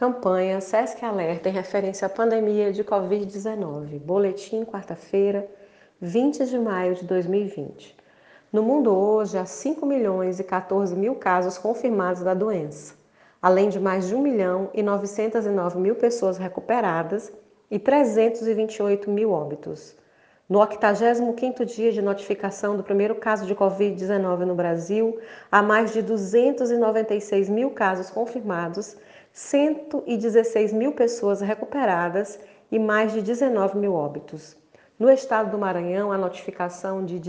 Campanha Sesc Alerta em referência à pandemia de Covid-19. Boletim, quarta-feira, 20 de maio de 2020. No mundo hoje, há 5.014.000 casos confirmados da doença, além de mais de 1.909.000 pessoas recuperadas e 328.000 óbitos. No 85º dia de notificação do primeiro caso de Covid-19 no Brasil, há mais de 296.000 casos confirmados, 116.000 pessoas recuperadas e mais de 19.000 óbitos. No estado do Maranhão, a notificação de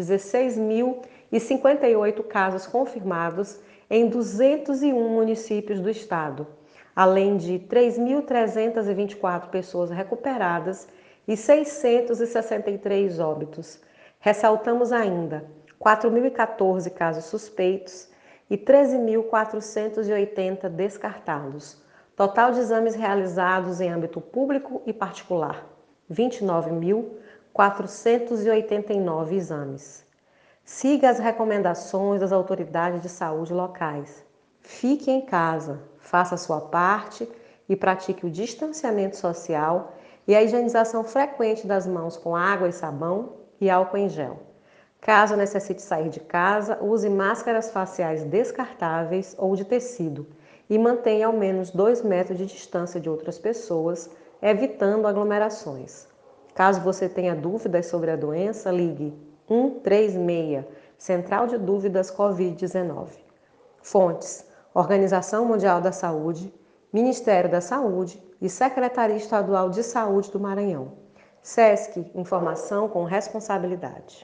16.058 casos confirmados em 201 municípios do estado, além de 3.324 pessoas recuperadas e 663 óbitos. Ressaltamos ainda 4.014 casos suspeitos e 13.480 descartados. Total de exames realizados em âmbito público e particular, 29.489 exames. Siga as recomendações das autoridades de saúde locais. Fique em casa, faça a sua parte e pratique o distanciamento social e a higienização frequente das mãos com água e sabão e álcool em gel. Caso necessite sair de casa, use máscaras faciais descartáveis ou de tecido e mantenha ao menos 2 metros de distância de outras pessoas, evitando aglomerações. Caso você tenha dúvidas sobre a doença, ligue 136, Central de Dúvidas Covid-19. Fontes: Organização Mundial da Saúde, Ministério da Saúde e Secretaria Estadual de Saúde do Maranhão. Sesc, informação com responsabilidade.